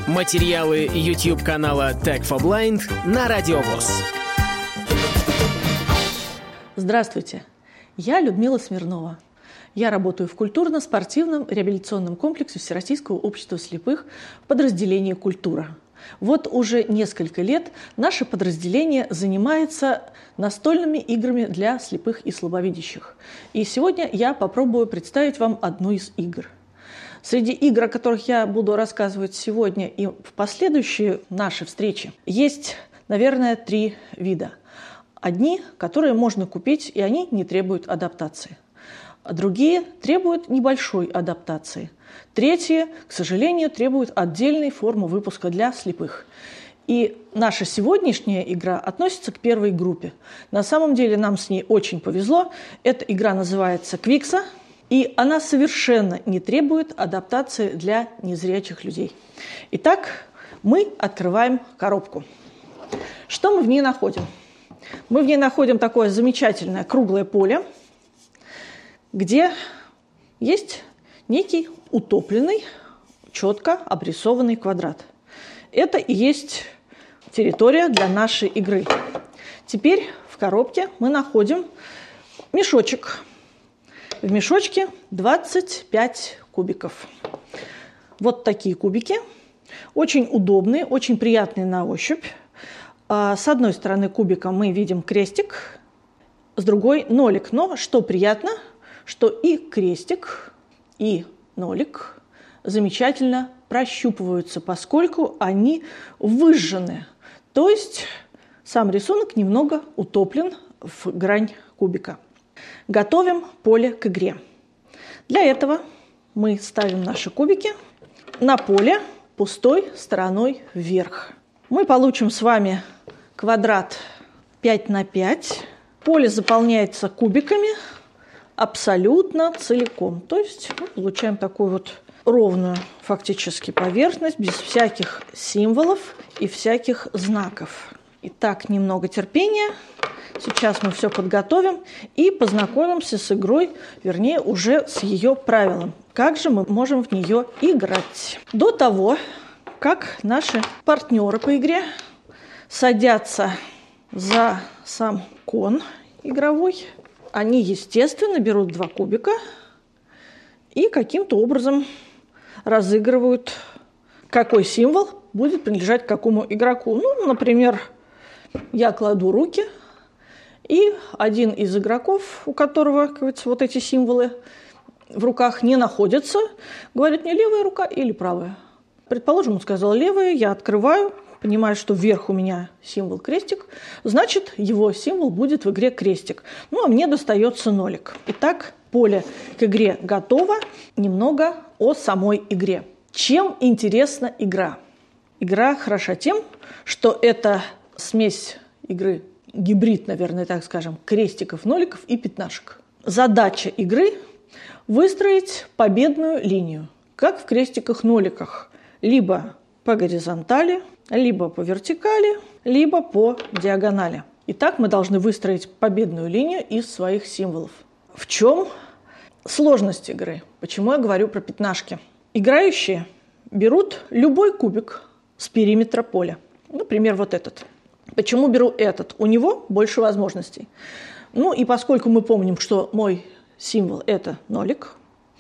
Материалы YouTube-канала Tech for Blind на Радио ВОС. Здравствуйте, я Людмила Смирнова. Я работаю в культурно-спортивном реабилитационном комплексе Всероссийского общества слепых в подразделении «Культура». Вот уже несколько лет наше подразделение занимается настольными играми для слепых и слабовидящих. И сегодня я попробую представить вам одну из игр. Среди игр, о которых я буду рассказывать сегодня и в последующие наши встречи, есть, наверное, 3 вида. Одни, которые можно купить, и они не требуют адаптации. А другие требуют небольшой адаптации. Третьи, к сожалению, требуют отдельной формы выпуска для слепых. И наша сегодняшняя игра относится к первой группе. На самом деле нам с ней очень повезло. Эта игра называется «Квикса», и она совершенно не требует адаптации для незрячих людей. Итак, мы открываем коробку. Что мы в ней находим? Мы в ней находим такое замечательное круглое поле, где есть некий утопленный, четко обрисованный квадрат. Это и есть территория для нашей игры. Теперь в коробке мы находим мешочек. В мешочке 25 кубиков. Вот такие кубики. Очень удобные, очень приятные на ощупь. С одной стороны кубика мы видим крестик, с другой нолик. Но что приятно, что и крестик, и нолик замечательно прощупываются, поскольку они выжжены. То есть сам рисунок немного утоплен в грань кубика. Готовим поле к игре. Для этого мы ставим наши кубики на поле пустой стороной вверх. Мы получим с вами квадрат 5 на 5. Поле заполняется кубиками абсолютно целиком. То есть мы получаем такую вот ровную фактически поверхность, без всяких символов и всяких знаков. Итак, немного терпения. Сейчас мы все подготовим и познакомимся с игрой, вернее, уже с ее правилами. Как же мы можем в нее играть? До того, как наши партнеры по игре садятся за сам кон игровой, они, естественно, берут 2 кубика и каким-то образом разыгрывают, какой символ будет принадлежать какому игроку. Ну, например, я кладу руки, и один из игроков, у которого, как говорится, вот эти символы в руках не находятся, говорит мне, левая рука или правая. Предположим, он сказал левая, я открываю, понимаю, что вверх у меня символ крестик, значит, его символ будет в игре крестик. Ну, а мне достается нолик. Итак, поле к игре готово. Немного о самой игре. Чем интересна игра? Игра хороша тем, что это смесь игры, гибрид, наверное, так скажем, крестиков, ноликов и пятнашек. Задача игры – выстроить победную линию, как в крестиках-ноликах, либо по горизонтали, либо по вертикали, либо по диагонали. Итак, мы должны выстроить победную линию из своих символов. В чем сложность игры? Почему я говорю про пятнашки? Играющие берут любой кубик с периметра поля. Например, вот этот. Почему беру этот? У него больше возможностей. Ну и поскольку мы помним, что мой символ – это нолик,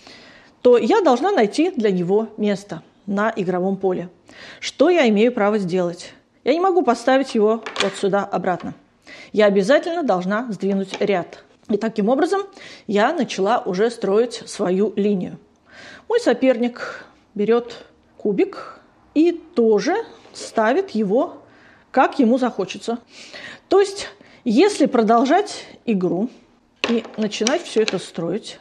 то я должна найти для него место на игровом поле. Что я имею право сделать? Я не могу поставить его вот сюда обратно. Я обязательно должна сдвинуть ряд. И таким образом я начала уже строить свою линию. Мой соперник берет кубик и тоже ставит его, как ему захочется. То есть, если продолжать игру и начинать все это строить,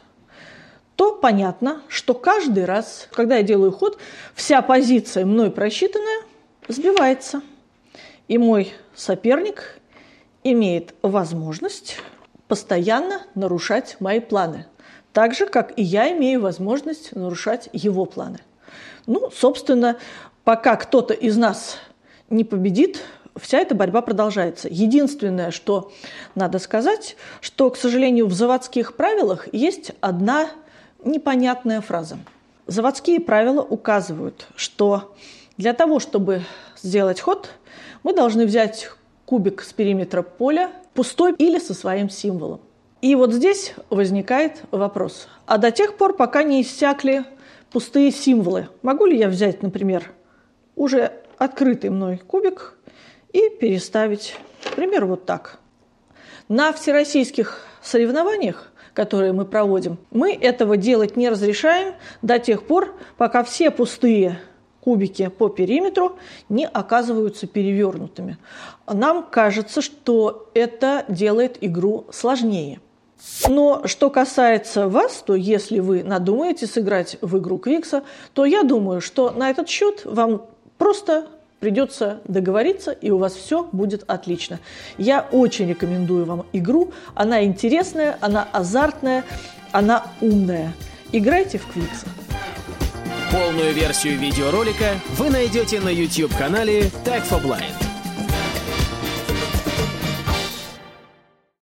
то понятно, что каждый раз, когда я делаю ход, вся позиция мной просчитанная сбивается. И мой соперник имеет возможность постоянно нарушать мои планы. Так же, как и я имею возможность нарушать его планы. Ну, собственно, пока кто-то из нас не победит, вся эта борьба продолжается. Единственное, что надо сказать, что, к сожалению, в заводских правилах есть одна непонятная фраза. Заводские правила указывают, что Для того, чтобы сделать ход, мы должны взять кубик с периметра поля, пустой или со своим символом. И вот здесь возникает вопрос. А до тех пор, пока не иссякли пустые символы, могу ли я взять, например, уже открытый мной кубик и переставить, например, вот так? На всероссийских соревнованиях, которые мы проводим, мы этого делать не разрешаем до тех пор, пока все пустые кубики по периметру не оказываются перевернутыми. Нам кажется, что это делает игру сложнее. Но что касается вас, то если вы надумаете сыграть в игру Квикса, то я думаю, что на этот счет вам просто придется договориться, и у вас все будет отлично. Я очень рекомендую вам игру. Она интересная, она азартная, она умная. Играйте в Квикса. Полную версию видеоролика вы найдете на YouTube-канале Tech for Blind.